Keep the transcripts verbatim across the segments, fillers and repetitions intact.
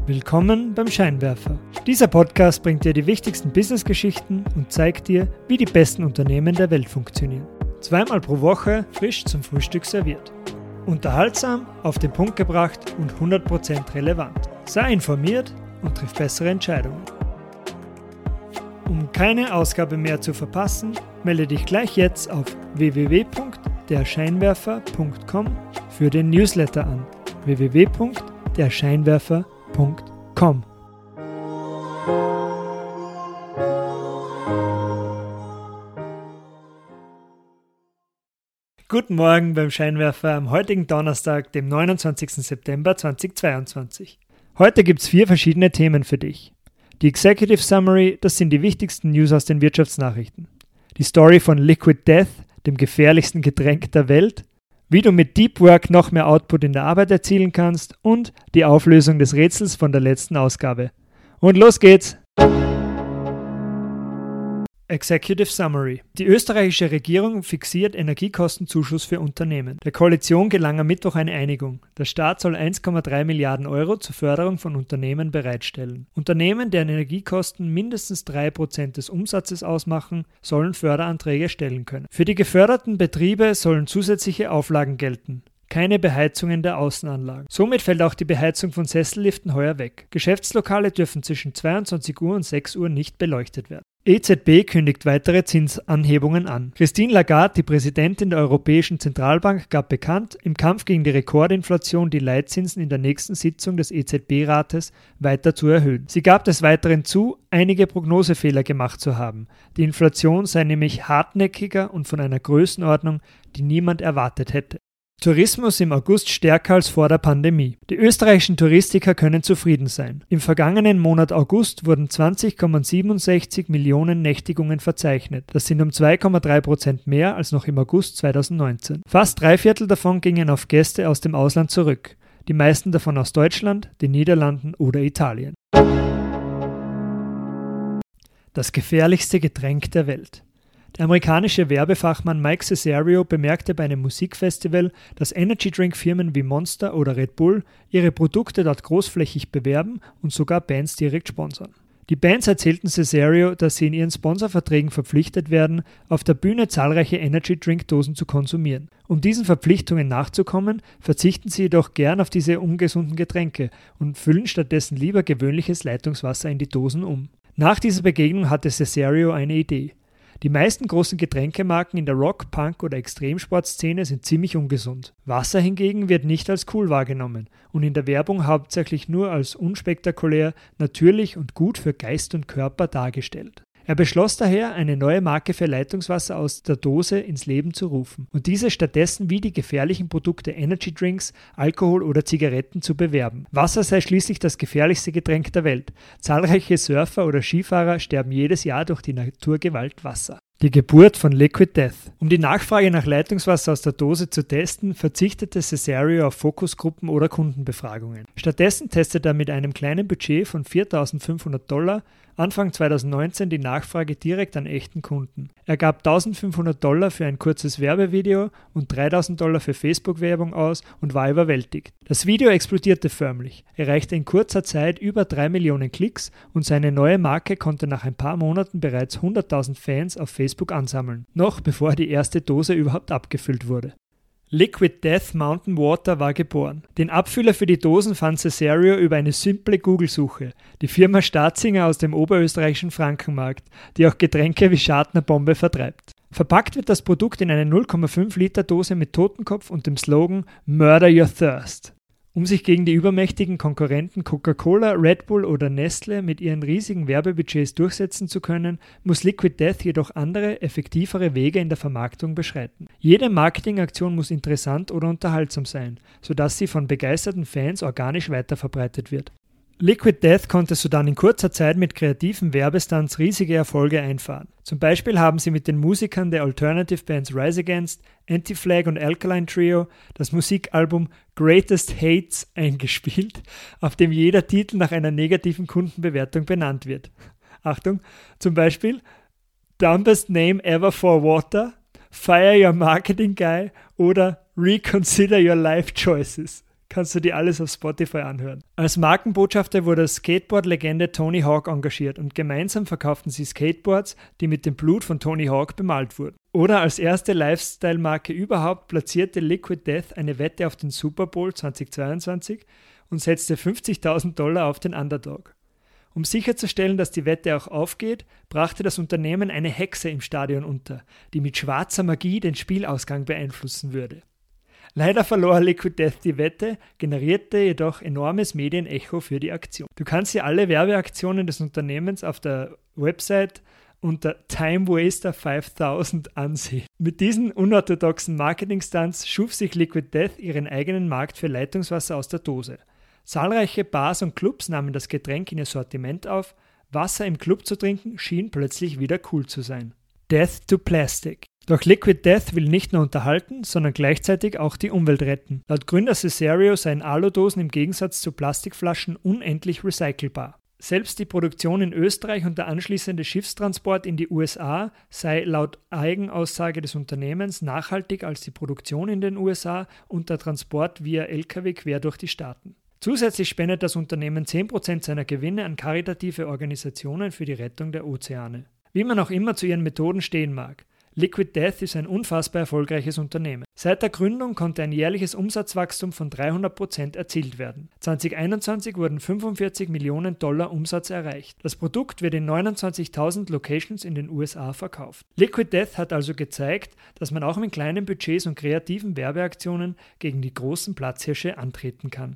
Willkommen beim Scheinwerfer. Dieser Podcast bringt dir die wichtigsten Businessgeschichten und zeigt dir, wie die besten Unternehmen der Welt funktionieren. Zweimal pro Woche frisch zum Frühstück serviert. Unterhaltsam, auf den Punkt gebracht und hundert Prozent relevant. Sei informiert und triff bessere Entscheidungen. Um keine Ausgabe mehr zu verpassen, melde dich gleich jetzt auf w w w punkt der scheinwerfer punkt com für den Newsletter an. w w w punkt der scheinwerfer punkt com Guten Morgen beim Scheinwerfer am heutigen Donnerstag, dem neunundzwanzigsten September zweitausendzweiundzwanzig. Heute gibt es vier verschiedene Themen für dich. Die Executive Summary, das sind die wichtigsten News aus den Wirtschaftsnachrichten. Die Story von Liquid Death, dem gefährlichsten Getränk der Welt. Wie du mit Deep Work noch mehr Output in der Arbeit erzielen kannst und die Auflösung des Rätsels von der letzten Ausgabe. Und los geht's! Executive Summary. Die österreichische Regierung fixiert Energiekostenzuschuss für Unternehmen. Der Koalition gelang am Mittwoch eine Einigung. Der Staat soll eins Komma drei Milliarden Euro zur Förderung von Unternehmen bereitstellen. Unternehmen, deren Energiekosten mindestens drei Prozent des Umsatzes ausmachen, sollen Förderanträge stellen können. Für die geförderten Betriebe sollen zusätzliche Auflagen gelten. Keine Beheizungen der Außenanlagen. Somit fällt auch die Beheizung von Sesselliften heuer weg. Geschäftslokale dürfen zwischen zweiundzwanzig Uhr und sechs Uhr nicht beleuchtet werden. E Z B kündigt weitere Zinsanhebungen an. Christine Lagarde, die Präsidentin der Europäischen Zentralbank, gab bekannt, im Kampf gegen die Rekordinflation die Leitzinsen in der nächsten Sitzung des E Z B-Rates weiter zu erhöhen. Sie gab des Weiteren zu, einige Prognosefehler gemacht zu haben. Die Inflation sei nämlich hartnäckiger und von einer Größenordnung, die niemand erwartet hätte. Tourismus im August stärker als vor der Pandemie. Die österreichischen Touristiker können zufrieden sein. Im vergangenen Monat August wurden zwanzig Komma siebenundsechzig Millionen Nächtigungen verzeichnet. Das sind um zwei Komma drei Prozent mehr als noch im August zweitausendneunzehn. Fast drei Viertel davon gingen auf Gäste aus dem Ausland zurück. Die meisten davon aus Deutschland, den Niederlanden oder Italien. Das gefährlichste Getränk der Welt. Der amerikanische Werbefachmann Mike Cesario bemerkte bei einem Musikfestival, dass Energy-Drink-Firmen wie Monster oder Red Bull ihre Produkte dort großflächig bewerben und sogar Bands direkt sponsern. Die Bands erzählten Cesario, dass sie in ihren Sponsorverträgen verpflichtet werden, auf der Bühne zahlreiche Energy-Drink-Dosen zu konsumieren. Um diesen Verpflichtungen nachzukommen, verzichten sie jedoch gern auf diese ungesunden Getränke und füllen stattdessen lieber gewöhnliches Leitungswasser in die Dosen um. Nach dieser Begegnung hatte Cesario eine Idee. Die meisten großen Getränkemarken in der Rock-, Punk- oder Extremsportszene sind ziemlich ungesund. Wasser hingegen wird nicht als cool wahrgenommen und in der Werbung hauptsächlich nur als unspektakulär, natürlich und gut für Geist und Körper dargestellt. Er beschloss daher, eine neue Marke für Leitungswasser aus der Dose ins Leben zu rufen und diese stattdessen wie die gefährlichen Produkte Energy-Drinks, Alkohol oder Zigaretten zu bewerben. Wasser sei schließlich das gefährlichste Getränk der Welt. Zahlreiche Surfer oder Skifahrer sterben jedes Jahr durch die Naturgewalt Wasser. Die Geburt von Liquid Death. Um die Nachfrage nach Leitungswasser aus der Dose zu testen, verzichtete Cesario auf Fokusgruppen oder Kundenbefragungen. Stattdessen testete er mit einem kleinen Budget von viertausendfünfhundert Dollar Anfang zweitausendneunzehn die Nachfrage direkt an echten Kunden. Er gab eintausendfünfhundert Dollar für ein kurzes Werbevideo und dreitausend Dollar für Facebook-Werbung aus und war überwältigt. Das Video explodierte förmlich, erreichte in kurzer Zeit über drei Millionen Klicks und seine neue Marke konnte nach ein paar Monaten bereits hunderttausend Fans auf Facebook ansammeln, noch bevor die erste Dose überhaupt abgefüllt wurde. Liquid Death Mountain Water war geboren. Den Abfüller für die Dosen fand Cesario über eine simple Google-Suche. Die Firma Staatsinger aus dem oberösterreichischen Frankenmarkt, die auch Getränke wie Schadner Bombe vertreibt. Verpackt wird das Produkt in eine null Komma fünf Liter Dose mit Totenkopf und dem Slogan Murder Your Thirst. Um sich gegen die übermächtigen Konkurrenten Coca-Cola, Red Bull oder Nestle mit ihren riesigen Werbebudgets durchsetzen zu können, muss Liquid Death jedoch andere, effektivere Wege in der Vermarktung beschreiten. Jede Marketingaktion muss interessant oder unterhaltsam sein, sodass sie von begeisterten Fans organisch weiterverbreitet wird. Liquid Death konnte so dann in kurzer Zeit mit kreativen Werbestunts riesige Erfolge einfahren. Zum Beispiel haben sie mit den Musikern der Alternative Bands Rise Against, Anti-Flag und Alkaline Trio das Musikalbum Greatest Hates eingespielt, auf dem jeder Titel nach einer negativen Kundenbewertung benannt wird. Achtung, zum Beispiel Dumbest Name Ever for Water, Fire Your Marketing Guy oder Reconsider Your Life Choices. kannst du dir alles auf Spotify anhören. Als Markenbotschafter wurde Skateboard-Legende Tony Hawk engagiert und gemeinsam verkauften sie Skateboards, die mit dem Blut von Tony Hawk bemalt wurden. Oder als erste Lifestyle-Marke überhaupt platzierte Liquid Death eine Wette auf den Super Bowl zweitausendzweiundzwanzig und setzte fünfzigtausend Dollar auf den Underdog. Um sicherzustellen, dass die Wette auch aufgeht, brachte das Unternehmen eine Hexe im Stadion unter, die mit schwarzer Magie den Spielausgang beeinflussen würde. Leider verlor Liquid Death die Wette, generierte jedoch enormes Medienecho für die Aktion. Du kannst dir alle Werbeaktionen des Unternehmens auf der Website unter Time Waster fünftausend ansehen. Mit diesen unorthodoxen Marketing-Stunts schuf sich Liquid Death ihren eigenen Markt für Leitungswasser aus der Dose. Zahlreiche Bars und Clubs nahmen das Getränk in ihr Sortiment auf, Wasser im Club zu trinken schien plötzlich wieder cool zu sein. Death to Plastic. Doch Liquid Death will nicht nur unterhalten, sondern gleichzeitig auch die Umwelt retten. Laut Gründer Cesario seien Aludosen im Gegensatz zu Plastikflaschen unendlich recycelbar. Selbst die Produktion in Österreich und der anschließende Schiffstransport in die U S A sei laut Eigenaussage des Unternehmens nachhaltiger als die Produktion in den U S A und der Transport via L K W quer durch die Staaten. Zusätzlich spendet das Unternehmen zehn Prozent seiner Gewinne an karitative Organisationen für die Rettung der Ozeane. Wie man auch immer zu ihren Methoden stehen mag, Liquid Death ist ein unfassbar erfolgreiches Unternehmen. Seit der Gründung konnte ein jährliches Umsatzwachstum von dreihundert Prozent erzielt werden. zwanzig einundzwanzig wurden fünfundvierzig Millionen Dollar Umsatz erreicht. Das Produkt wird in neunundzwanzigtausend Locations in den U S A verkauft. Liquid Death hat also gezeigt, dass man auch mit kleinen Budgets und kreativen Werbeaktionen gegen die großen Platzhirsche antreten kann.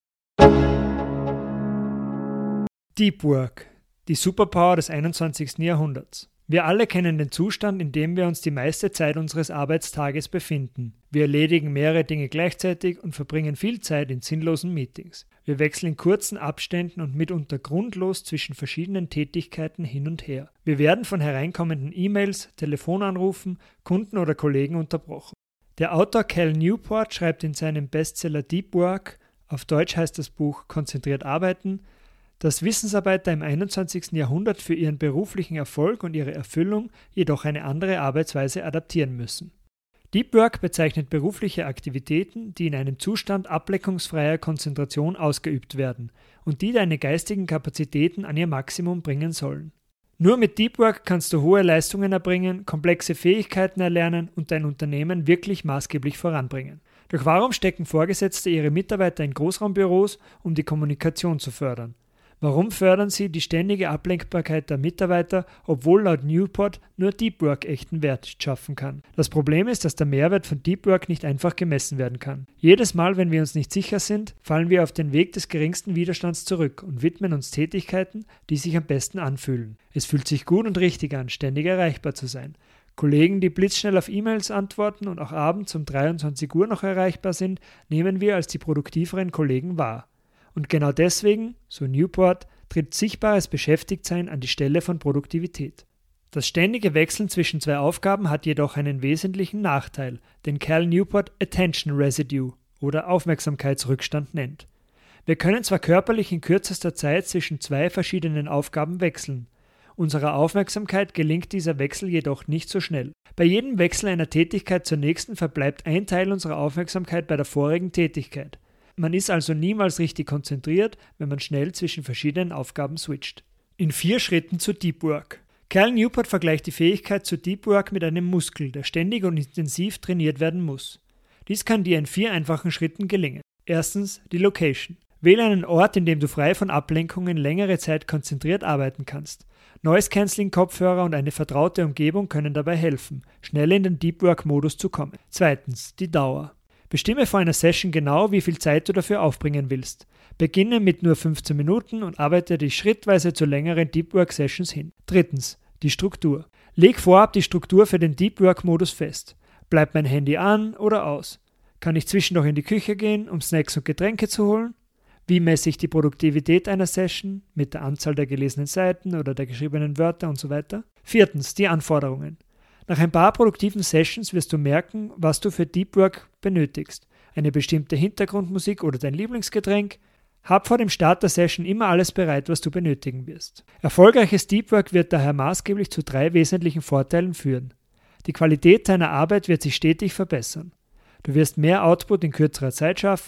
Deep Work, die Superpower des einundzwanzigsten Jahrhunderts. Wir alle kennen den Zustand, in dem wir uns die meiste Zeit unseres Arbeitstages befinden. Wir erledigen mehrere Dinge gleichzeitig und verbringen viel Zeit in sinnlosen Meetings. Wir wechseln in kurzen Abständen und mitunter grundlos zwischen verschiedenen Tätigkeiten hin und her. Wir werden von hereinkommenden E-Mails, Telefonanrufen, Kunden oder Kollegen unterbrochen. Der Autor Cal Newport schreibt in seinem Bestseller Deep Work, auf Deutsch heißt das Buch Konzentriert arbeiten, dass Wissensarbeiter im einundzwanzigsten Jahrhundert für ihren beruflichen Erfolg und ihre Erfüllung jedoch eine andere Arbeitsweise adaptieren müssen. Deep Work bezeichnet berufliche Aktivitäten, die in einem Zustand ablenkungsfreier Konzentration ausgeübt werden und die deine geistigen Kapazitäten an ihr Maximum bringen sollen. Nur mit Deep Work kannst du hohe Leistungen erbringen, komplexe Fähigkeiten erlernen und dein Unternehmen wirklich maßgeblich voranbringen. Doch warum stecken Vorgesetzte ihre Mitarbeiter in Großraumbüros, um die Kommunikation zu fördern? Warum fördern sie die ständige Ablenkbarkeit der Mitarbeiter, obwohl laut Newport nur Deep Work echten Wert schaffen kann? Das Problem ist, dass der Mehrwert von Deep Work nicht einfach gemessen werden kann. Jedes Mal, wenn wir uns nicht sicher sind, fallen wir auf den Weg des geringsten Widerstands zurück und widmen uns Tätigkeiten, die sich am besten anfühlen. Es fühlt sich gut und richtig an, ständig erreichbar zu sein. Kollegen, die blitzschnell auf E-Mails antworten und auch abends um dreiundzwanzig Uhr noch erreichbar sind, nehmen wir als die produktiveren Kollegen wahr. Und genau deswegen, so Newport, tritt sichtbares Beschäftigtsein an die Stelle von Produktivität. Das ständige Wechseln zwischen zwei Aufgaben hat jedoch einen wesentlichen Nachteil, den Cal Newport Attention Residue oder Aufmerksamkeitsrückstand nennt. Wir können zwar körperlich in kürzester Zeit zwischen zwei verschiedenen Aufgaben wechseln. Unserer Aufmerksamkeit gelingt dieser Wechsel jedoch nicht so schnell. Bei jedem Wechsel einer Tätigkeit zur nächsten verbleibt ein Teil unserer Aufmerksamkeit bei der vorigen Tätigkeit. Man ist also niemals richtig konzentriert, wenn man schnell zwischen verschiedenen Aufgaben switcht. In vier Schritten zu Deep Work. Cal Newport vergleicht die Fähigkeit zu Deep Work mit einem Muskel, der ständig und intensiv trainiert werden muss. Dies kann dir in vier einfachen Schritten gelingen. Erstens die Location. Wähle einen Ort, in dem du frei von Ablenkungen längere Zeit konzentriert arbeiten kannst. Noise-Canceling-Kopfhörer und eine vertraute Umgebung können dabei helfen, schnell in den Deep Work-Modus zu kommen. Zweitens die Dauer. Bestimme vor einer Session genau, wie viel Zeit du dafür aufbringen willst. Beginne mit nur fünfzehn Minuten und arbeite dich schrittweise zu längeren Deep Work Sessions hin. Drittens, die Struktur. Leg vorab die Struktur für den Deep Work Modus fest. Bleibt mein Handy an oder aus? Kann ich zwischendurch in die Küche gehen, um Snacks und Getränke zu holen? Wie messe ich die Produktivität einer Session mit der Anzahl der gelesenen Seiten oder der geschriebenen Wörter und so weiter? Viertens, die Anforderungen. Nach ein paar produktiven Sessions wirst du merken, was du für Deep Work benötigst. Eine bestimmte Hintergrundmusik oder dein Lieblingsgetränk. Hab vor dem Start der Session immer alles bereit, was du benötigen wirst. Erfolgreiches Deep Work wird daher maßgeblich zu drei wesentlichen Vorteilen führen. Die Qualität deiner Arbeit wird sich stetig verbessern. Du wirst mehr Output in kürzerer Zeit schaffen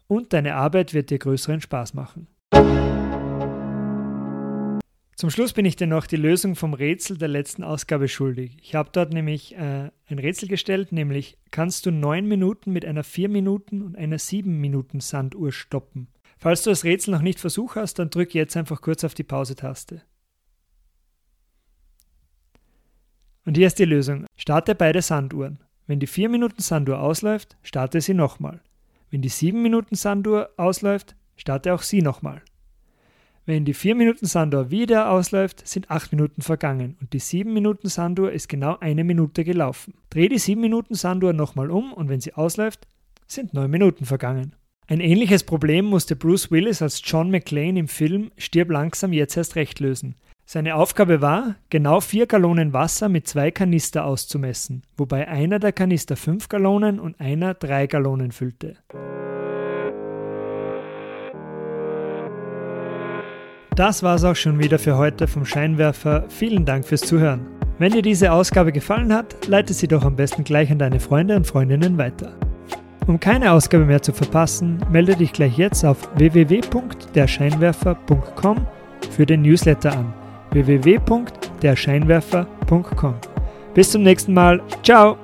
und deine Arbeit wird dir größeren Spaß machen. Zum Schluss bin ich dir noch die Lösung vom Rätsel der letzten Ausgabe schuldig. Ich habe dort nämlich äh, ein Rätsel gestellt, nämlich kannst du neun Minuten mit einer vier Minuten und einer sieben Minuten Sanduhr stoppen? Falls du das Rätsel noch nicht versucht hast, dann drück jetzt einfach kurz auf die Pause-Taste. Und hier ist die Lösung. Starte beide Sanduhren. Wenn die vier Minuten Sanduhr ausläuft, starte sie nochmal. Wenn die sieben Minuten Sanduhr ausläuft, starte auch sie nochmal. Wenn die vier Minuten Sanduhr wieder ausläuft, sind acht Minuten vergangen und die sieben Minuten Sanduhr ist genau eine Minute gelaufen. Dreh die sieben Minuten Sanduhr nochmal um und wenn sie ausläuft, sind neun Minuten vergangen. Ein ähnliches Problem musste Bruce Willis als John McClane im Film Stirb langsam jetzt erst recht lösen. Seine Aufgabe war, genau vier Gallonen Wasser mit zwei Kanister auszumessen, wobei einer der Kanister fünf Gallonen und einer drei Gallonen füllte. Das war's auch schon wieder für heute vom Scheinwerfer. Vielen Dank fürs Zuhören. Wenn dir diese Ausgabe gefallen hat, leite sie doch am besten gleich an deine Freunde und Freundinnen weiter. Um keine Ausgabe mehr zu verpassen, melde dich gleich jetzt auf w w w punkt der scheinwerfer punkt com für den Newsletter an. w w w punkt der scheinwerfer punkt com. Bis zum nächsten Mal. Ciao!